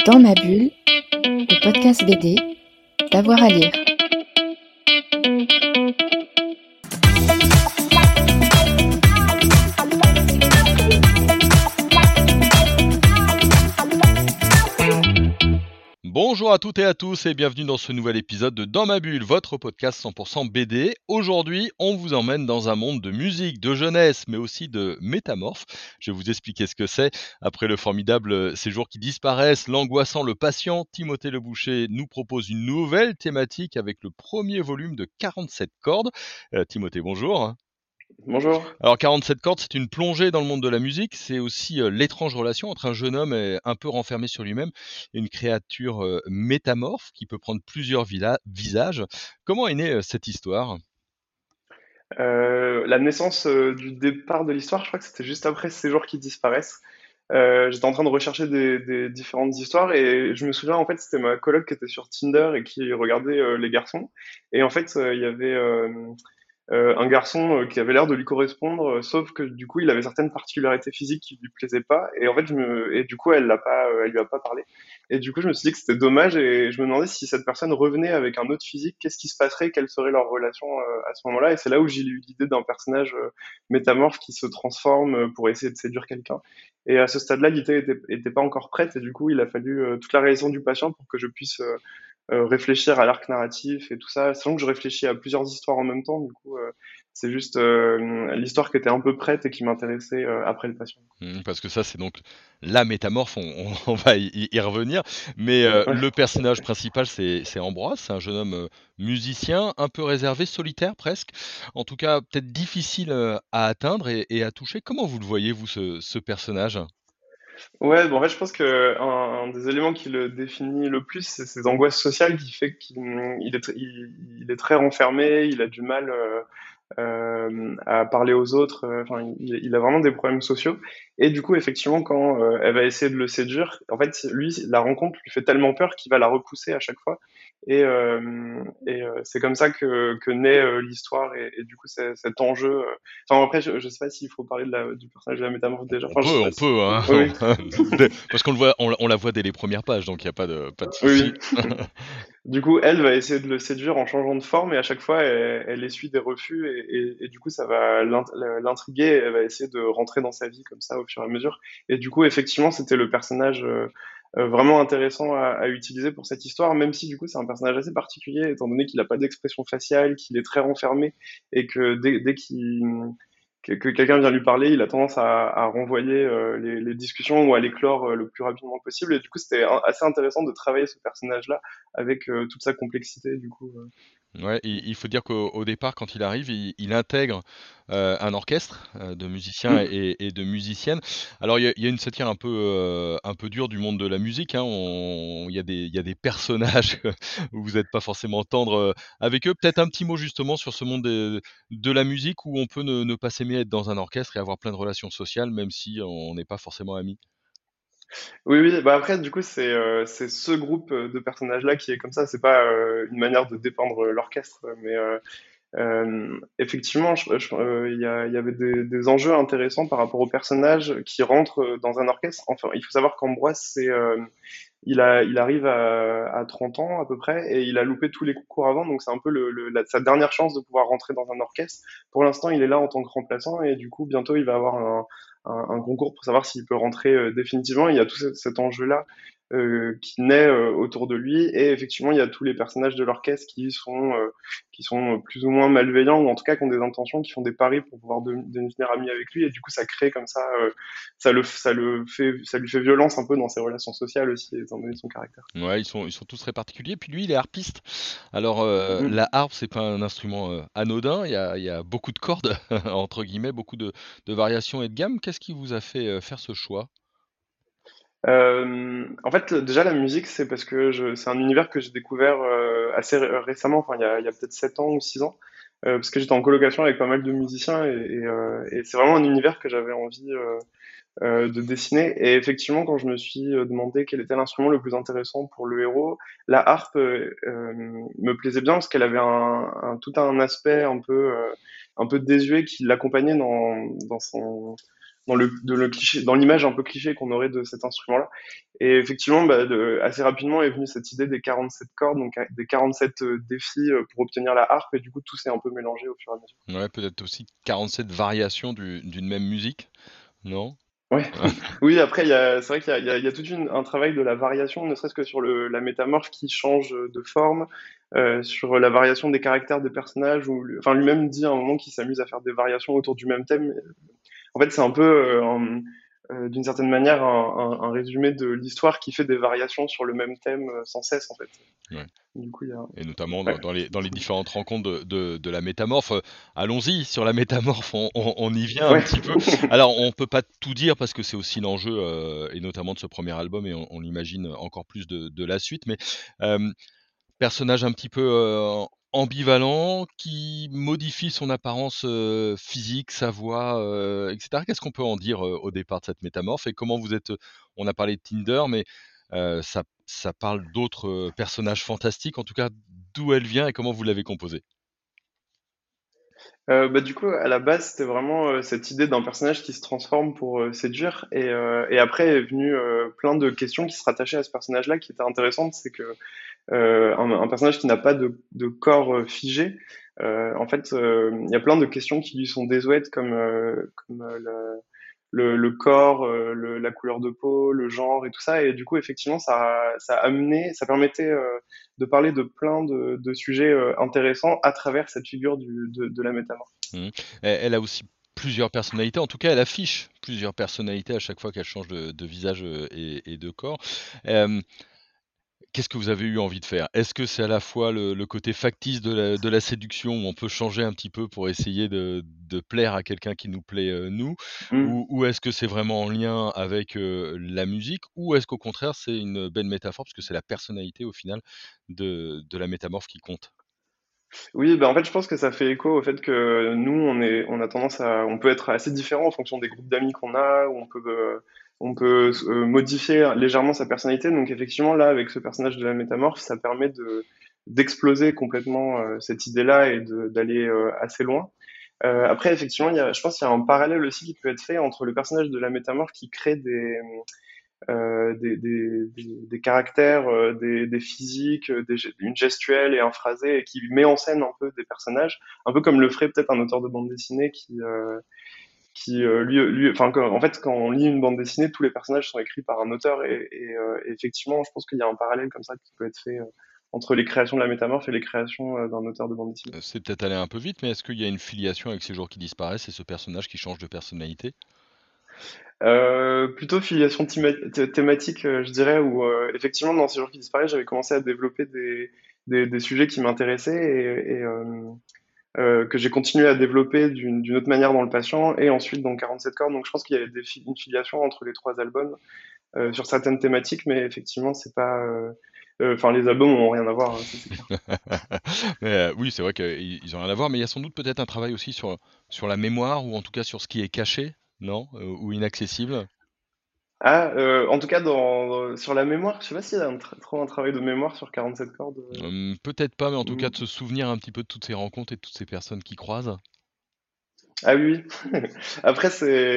Dans ma bulle, le podcast BD, d'avoir à lire. Bonjour à toutes et à tous et bienvenue dans ce nouvel épisode de Dans ma bulle, votre podcast 100% BD. Aujourd'hui, on vous emmène dans un monde de musique, de jeunesse, mais aussi de métamorphes. Je vais vous expliquer ce que c'est. Après le formidable Séjours qui disparaissent, l'angoissant Le Patient, Timothée Le Boucher nous propose une nouvelle thématique avec le premier volume de 47 cordes. Timothée, bonjour. Bonjour. Alors 47 cordes, c'est une plongée dans le monde de la musique, c'est aussi l'étrange relation entre un jeune homme un peu renfermé sur lui-même et une créature métamorphe qui peut prendre plusieurs visages. Comment est née cette histoire? La naissance du départ de l'histoire, je crois que c'était juste après ces jours qui disparaissent. J'étais en train de rechercher des différentes histoires et je me souviens, en fait, c'était ma coloc qui était sur Tinder et qui regardait les garçons. Et en fait, il y avait un garçon qui avait l'air de lui correspondre, sauf que du coup, il avait certaines particularités physiques qui lui plaisaient pas. Et en fait, et du coup, elle lui a pas parlé. Et du coup, je me suis dit que c'était dommage et je me demandais si cette personne revenait avec un autre physique, qu'est-ce qui se passerait, quelle serait leur relation à ce moment-là. Et c'est là où j'ai eu l'idée d'un personnage métamorphe qui se transforme pour essayer de séduire quelqu'un. Et à ce stade-là, l'idée était pas encore prête et du coup, il a fallu toute la réalisation du patient pour que je puisse réfléchir à l'arc narratif et tout ça, sachant que je réfléchis à plusieurs histoires en même temps, du coup, c'est juste l'histoire qui était un peu prête et qui m'intéressait après le patient. Parce que ça, c'est donc la métamorphe, on va y revenir. Mais Ouais. le personnage principal, c'est Ambroise, c'est un jeune homme musicien, un peu réservé, solitaire presque. En tout cas, peut-être difficile à atteindre et à toucher. Comment vous le voyez, vous, ce personnage? Ouais, bon, en fait, je pense que un des éléments qui le définit le plus, c'est ses angoisses sociales qui fait qu'il est très renfermé, il a du mal à parler aux autres. Enfin, il a vraiment des problèmes sociaux. Et du coup, effectivement, quand elle va essayer de le séduire, en fait, lui, la rencontre lui fait tellement peur qu'il va la repousser à chaque fois. C'est comme ça que naît l'histoire. Et du coup, c'est cet enjeu. Enfin, après, je sais pas s'il faut parler du personnage de la métamorphe déjà. Enfin, je sais On pas si. peut, hein. Oui, Parce qu'on le voit, on la voit dès les premières pages, donc il n'y a pas de oui, souci. oui. Du coup, elle va essayer de le séduire en changeant de forme et à chaque fois, elle essuie des refus et du coup, ça va l'intriguer. Et elle va essayer de rentrer dans sa vie comme ça au fur et à mesure. Et du coup, effectivement, c'était le personnage vraiment intéressant à utiliser pour cette histoire, même si du coup, c'est un personnage assez particulier étant donné qu'il n'a pas d'expression faciale, qu'il est très renfermé et que dès que quelqu'un vient lui parler, il a tendance à renvoyer les discussions ou à les clore le plus rapidement possible. Et du coup, c'était assez intéressant de travailler ce personnage-là avec toute sa complexité, du coup. Ouais, il faut dire qu'au départ, quand il arrive, il intègre un orchestre de musiciens Mm. et de musiciennes. Alors, il y a une satire un peu dure du monde de la musique, hein. Il y a des personnages où vous n'êtes pas forcément tendre avec eux. Peut-être un petit mot justement sur ce monde de la musique où on peut ne pas s'aimer, être dans un orchestre et avoir plein de relations sociales, même si on n'est pas forcément amis. Oui, oui. Bah après, du coup, c'est ce groupe de personnages-là qui est comme ça. C'est pas une manière de dépeindre l'orchestre, mais effectivement, il y avait des enjeux intéressants par rapport aux personnages qui rentrent dans un orchestre. Enfin, il faut savoir qu'Ambroise, il arrive à 30 ans à peu près et il a loupé tous les concours avant, donc c'est un peu sa dernière chance de pouvoir rentrer dans un orchestre. Pour l'instant, il est là en tant que remplaçant et du coup, bientôt, il va avoir un concours pour savoir s'il peut rentrer définitivement. Il y a tout cet enjeu-là qui naît autour de lui et effectivement, il y a tous les personnages de l'orchestre qui sont plus ou moins malveillants ou en tout cas qui ont des intentions, qui font des paris pour pouvoir devenir amis avec lui et du coup, ça crée comme ça ça lui fait violence un peu dans ses relations sociales aussi, étant donné son caractère. Ouais, ils sont tous très particuliers. Puis lui, il est harpiste. Alors, Mm. la harpe, c'est pas un instrument anodin. Il y a beaucoup de cordes, entre guillemets, beaucoup de variations et de gammes. Qu'est-ce qui vous a fait faire ce choix? En fait, déjà la musique, c'est parce que c'est un univers que j'ai découvert assez récemment, enfin il y a peut-être 7 ans ou 6 ans, parce que j'étais en colocation avec pas mal de musiciens et c'est vraiment un univers que j'avais envie de dessiner. Et effectivement, quand je me suis demandé quel était l'instrument le plus intéressant pour le héros, la harpe me plaisait bien parce qu'elle avait tout un aspect un peu désuet qui l'accompagnait dans le cliché, dans l'image un peu cliché qu'on aurait de cet instrument-là. Et effectivement, assez rapidement est venue cette idée des 47 cordes, donc des 47 défis pour obtenir la harpe, et du coup tout s'est un peu mélangé au fur et à mesure. Ouais, peut-être aussi 47 variations d'une même musique, non? Ouais, oui, après, c'est vrai qu'il y a tout un travail de la variation, ne serait-ce que sur la métamorphe qui change de forme, sur la variation des caractères des personnages, enfin, lui-même dit à un moment qu'il s'amuse à faire des variations autour du même thème. En fait, c'est un peu, d'une certaine manière, un résumé de l'histoire qui fait des variations sur le même thème sans cesse, en fait. Ouais. Du coup, il y a, Et notamment ouais. dans les différentes rencontres de la métamorphe. Allons-y sur la métamorphe, on y vient un Ouais. petit peu. Alors on peut pas tout dire parce que c'est aussi l'enjeu, et notamment de ce premier album et on l'imagine encore plus de la suite. Mais, personnage un petit peu, ambivalent qui modifie son apparence, physique, sa voix, et cetera. Qu'est-ce qu'on peut en dire, au départ de cette métamorphe et comment vous êtes, on a parlé de Tinder, mais, ça parle d'autres, personnages fantastiques, en tout cas, d'où elle vient et comment vous l'avez composée? Du coup, à la base, c'était vraiment cette idée d'un personnage qui se transforme pour séduire. Et après est venu plein de questions qui se rattachaient à ce personnage-là qui étaient intéressantes. C'est que un personnage qui n'a pas de corps figé, en fait, il y a plein de questions qui lui sont désuètes, comme le corps, la couleur de peau, le genre et tout ça. Et du coup, effectivement, ça permettait de parler de plein de sujets intéressants à travers cette figure de la métamorphe. Mmh. Elle a aussi plusieurs personnalités, en tout cas, elle affiche plusieurs personnalités à chaque fois qu'elle change de visage, et de corps. Hem Qu'est-ce que vous avez eu envie de faire? Est-ce que c'est à la fois le côté factice de la séduction où on peut changer un petit peu pour essayer de plaire à quelqu'un qui nous plaît, nous? Mm. Ou est-ce que c'est vraiment en lien avec, la musique? Ou est-ce qu'au contraire c'est une belle métaphore parce que c'est la personnalité au final de la métamorphe qui compte? Oui, en fait, je pense que ça fait écho au fait que nous, on peut être assez différents en fonction des groupes d'amis qu'on a, ou on peut modifier légèrement sa personnalité. Donc, effectivement, là, avec ce personnage de la métamorphe, ça permet d'exploser complètement cette idée-là et d'aller assez loin. Après, effectivement, je pense qu'il y a un parallèle aussi qui peut être fait entre le personnage de la métamorphe qui crée des caractères, des physiques, une gestuelle et un phrasé, et qui met en scène un peu des personnages, un peu comme le ferait peut-être un auteur de bande dessinée enfin, en fait, quand on lit une bande dessinée, tous les personnages sont écrits par un auteur, et effectivement, je pense qu'il y a un parallèle comme ça qui peut être fait entre les créations de la métamorphe et les créations d'un auteur de bande dessinée. C'est peut-être aller un peu vite, mais est-ce qu'il y a une filiation avec Ces jours qui disparaissent et ce personnage qui change de personnalité? Plutôt filiation thématique, je dirais, où effectivement, dans Ces jours qui disparaissent, j'avais commencé à développer des sujets qui m'intéressaient, que j'ai continué à développer d'une autre manière dans Le Patient et ensuite dans 47 corps. Donc je pense qu'il y avait une filiation entre les trois albums sur certaines thématiques, mais effectivement, c'est pas. Enfin, les albums ont rien à voir, hein, ça c'est clair. Mais, oui, c'est vrai qu'ils ont rien à voir, mais il y a sans doute peut-être un travail aussi sur la mémoire ou en tout cas sur ce qui est caché, non? Ou inaccessible? Ah, en tout cas, sur la mémoire, je sais pas s'il y a trop un travail de mémoire sur 47 cordes. Peut-être pas, mais en tout cas Hmm. de se souvenir un petit peu de toutes ces rencontres et de toutes ces personnes qui croisent. Ah oui, oui. Après,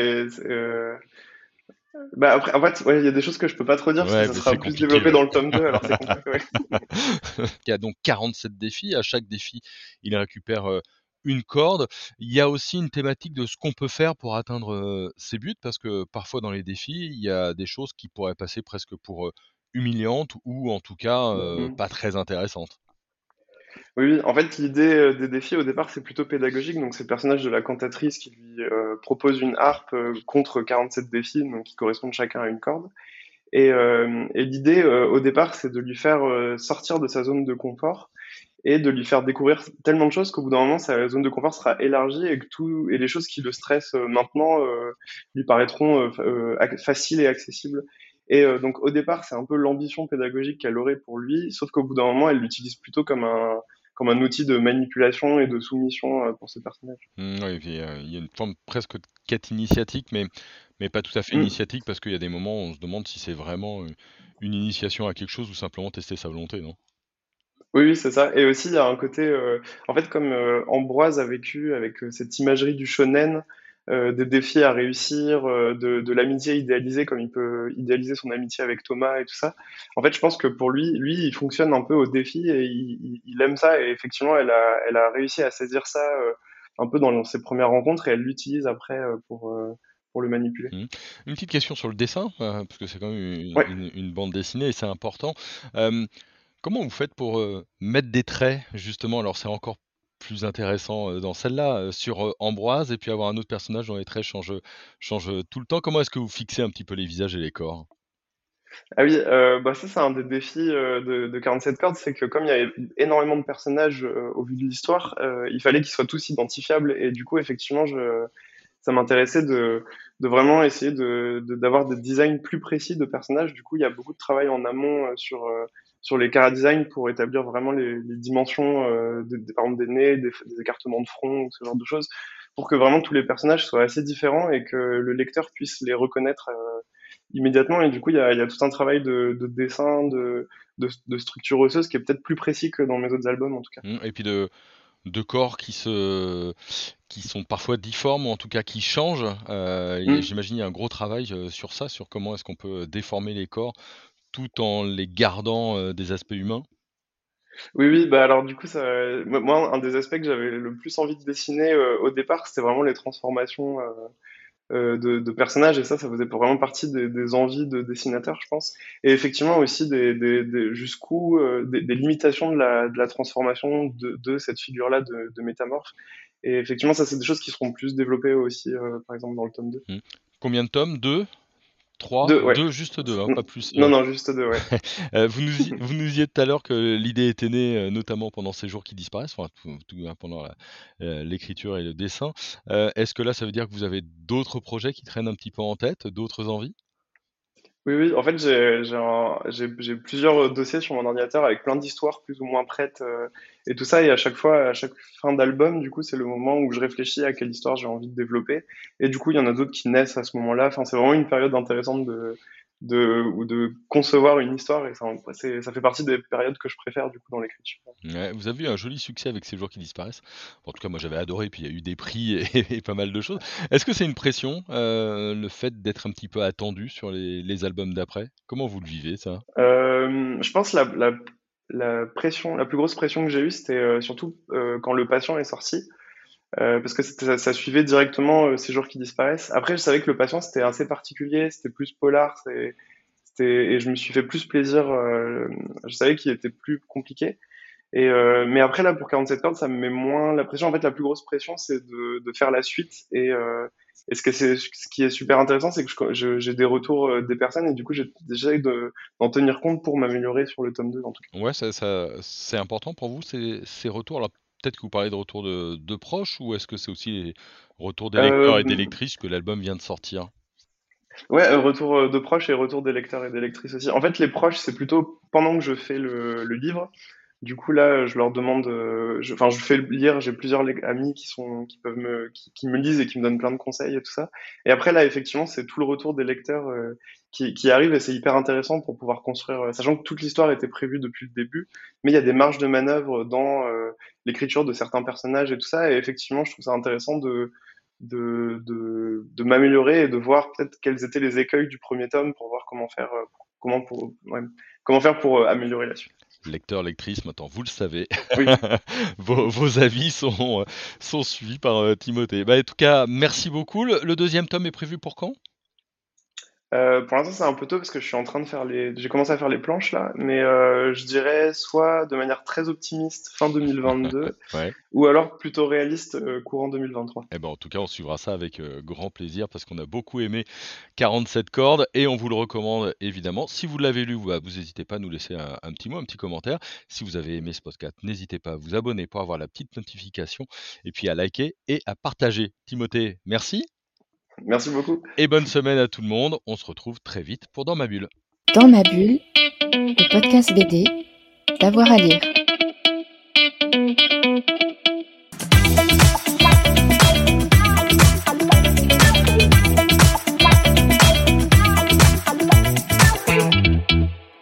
après, en fait, ouais, il y a des choses que je peux pas trop dire parce que Ouais, ça mais c'est sera plus compliqué, développé ouais. dans le tome 2, alors c'est compliqué, ouais. Il y a donc 47 défis. À chaque défi, il récupère, une corde. Il y a aussi une thématique de ce qu'on peut faire pour atteindre, ses buts parce que parfois dans les défis, il y a des choses qui pourraient passer presque pour, humiliantes ou en tout cas, Mm. pas très intéressantes. Oui, oui. En fait, l'idée des défis au départ, c'est plutôt pédagogique. Donc, c'est le personnage de la cantatrice qui lui propose une harpe contre 47 défis, donc qui correspondent chacun à une corde. Et l'idée au départ, c'est de lui faire sortir de sa zone de confort et de lui faire découvrir tellement de choses qu'au bout d'un moment, sa zone de confort sera élargie et que et les choses qui le stressent maintenant lui paraîtront faciles et accessibles. Et donc, au départ, c'est un peu l'ambition pédagogique qu'elle aurait pour lui, sauf qu'au bout d'un moment, elle l'utilise plutôt comme un outil de manipulation et de soumission pour ce personnage. Oui et puis, il y a une forme presque de quête initiatique, mais pas tout à fait Mm. initiatique parce qu'il y a des moments où on se demande si c'est vraiment, une initiation à quelque chose ou simplement tester sa volonté, non? Oui, oui, c'est ça. Et aussi, il y a un côté, en fait, comme Ambroise a vécu avec cette imagerie du shonen, des défis à réussir, de l'amitié idéalisée, comme il peut idéaliser son amitié avec Thomas et tout ça. En fait, je pense que pour lui, il fonctionne un peu au défi et il aime ça. Et effectivement, elle a réussi à saisir ça un peu dans ses premières rencontres et elle l'utilise après pour le manipuler. Mmh. Une petite question sur le dessin, parce que c'est quand même Ouais. une bande dessinée et c'est important. Hem, Comment vous faites pour, mettre des traits justement? Alors c'est encore plus intéressant, dans celle-là, sur, Ambroise et puis avoir un autre personnage dont les traits changent tout le temps. Comment est-ce que vous fixez un petit peu les visages et les corps? Ah oui, bah ça c'est un des défis de 47 cordes, c'est que comme il y avait énormément de personnages au vu de l'histoire, il fallait qu'ils soient tous identifiables et du coup effectivement ça m'intéressait de vraiment essayer d'avoir des designs plus précis de personnages. Du coup, il y a beaucoup de travail en amont sur les chara design pour établir vraiment les dimensions, par exemple des nez, des écartements de front, ou ce genre de choses, pour que vraiment tous les personnages soient assez différents et que le lecteur puisse les reconnaître immédiatement. Et du coup, il y a tout un travail de dessin, de structure osseuse qui est peut-être plus précis que dans mes autres albums en tout cas. Mmh et puis de corps qui sont parfois difformes ou en tout cas qui changent, et Mm. j'imagine il y a un gros travail, sur ça, sur comment est-ce qu'on peut déformer les corps tout en les gardant, des aspects humains? Oui, oui, bah alors du coup, moi, un des aspects que j'avais le plus envie de dessiner au départ, c'était vraiment les transformations de personnages, et ça faisait vraiment partie des envies de dessinateur, je pense. Et effectivement aussi jusqu'où des limitations de la transformation de cette figure-là de métamorphe. Et effectivement, ça, c'est des choses qui seront plus développées aussi, par exemple, dans le tome 2. Mmh. Combien de tomes? 2, 3, Deux, ouais. 2, juste 2, hein, pas plus, Non, non, juste deux, ouais. vous nous disiez tout à l'heure que l'idée était née, notamment pendant ces jours qui disparaissent, enfin pendant l'écriture et le dessin. Est-ce que là, ça veut dire que vous avez d'autres projets qui traînent un petit peu en tête, d'autres envies? Oui, oui, en fait, j'ai plusieurs dossiers sur mon ordinateur avec plein d'histoires plus ou moins prêtes et tout ça. Et à chaque fois, à chaque fin d'album, du coup, c'est le moment où je réfléchis à quelle histoire j'ai envie de développer. Et du coup, il y en a d'autres qui naissent à ce moment-là. Enfin, c'est vraiment une période intéressante ou de concevoir une histoire. Et ça fait partie des périodes que je préfère, du coup, dans l'écriture. Ouais, vous avez eu un joli succès avec Ces jours qui disparaissent. En tout cas, moi, j'avais adoré, puis il y a eu des prix et et pas mal de choses. Est-ce que c'est une pression, le fait d'être un petit peu attendu sur les albums d'après? Comment vous le vivez ça? Je pense la pression, la plus grosse pression que j'ai eue, c'était surtout quand Le Patient est sorti. Parce que ça suivait directement Ces jours qui disparaissent. Après, je savais que Le Patient, c'était assez particulier, c'était plus polar, et je me suis fait plus plaisir. Je savais qu'il était plus compliqué. Mais après, là, pour 47 cordes, ça me met moins la pression. En fait, la plus grosse pression, c'est de faire la suite. Et ce qui est super intéressant, c'est que j'ai des retours des personnes, et du coup, j'essaie d'en tenir compte pour m'améliorer sur le tome 2 en tout cas. Ouais, ça c'est important pour vous ces retours? Alors peut-être que vous parlez de retours de proches ou est-ce que c'est aussi les retours des lecteurs et des Euh, lectrices que l'album vient de sortir? Ouais, retour de proches et retour des lecteurs et des lectrices aussi. En fait, les proches, c'est plutôt pendant que je fais le livre. Du coup, là, je leur demande, enfin, je fais lire, j'ai plusieurs amis qui me lisent et qui me donnent plein de conseils et tout ça. Et après, là, effectivement, c'est tout le retour des lecteurs qui arrive, et c'est hyper intéressant pour pouvoir construire, sachant que toute l'histoire était prévue depuis le début, mais il y a des marges de manœuvre dans l'écriture de certains personnages et tout ça. Et effectivement, je trouve ça intéressant de m'améliorer et de voir peut-être quels étaient les écueils du premier tome pour voir ouais, comment faire pour améliorer la suite. Lecteurs, lectrices, maintenant vous le savez, Oui. vos avis sont suivis par, Timothée. Bah, en tout cas, merci beaucoup. Le 2e tome est prévu pour quand? Pour l'instant, c'est un peu tôt parce que je suis en train de faire j'ai commencé à faire les planches là, mais je dirais soit de manière très optimiste fin 2022, Ouais. ou alors plutôt réaliste courant 2023. Eh ben, en tout cas, on suivra ça avec, grand plaisir parce qu'on a beaucoup aimé 47 cordes et on vous le recommande évidemment. Si vous l'avez lu, bah, vous n'hésitez pas à nous laisser un petit mot, un petit commentaire. Si vous avez aimé ce podcast, n'hésitez pas à vous abonner pour avoir la petite notification et puis à liker et à partager. Timothée, merci Merci beaucoup. et bonne semaine à tout le monde. On se retrouve très vite pour Dans ma bulle. Dans ma bulle, le podcast BD, savoir à lire.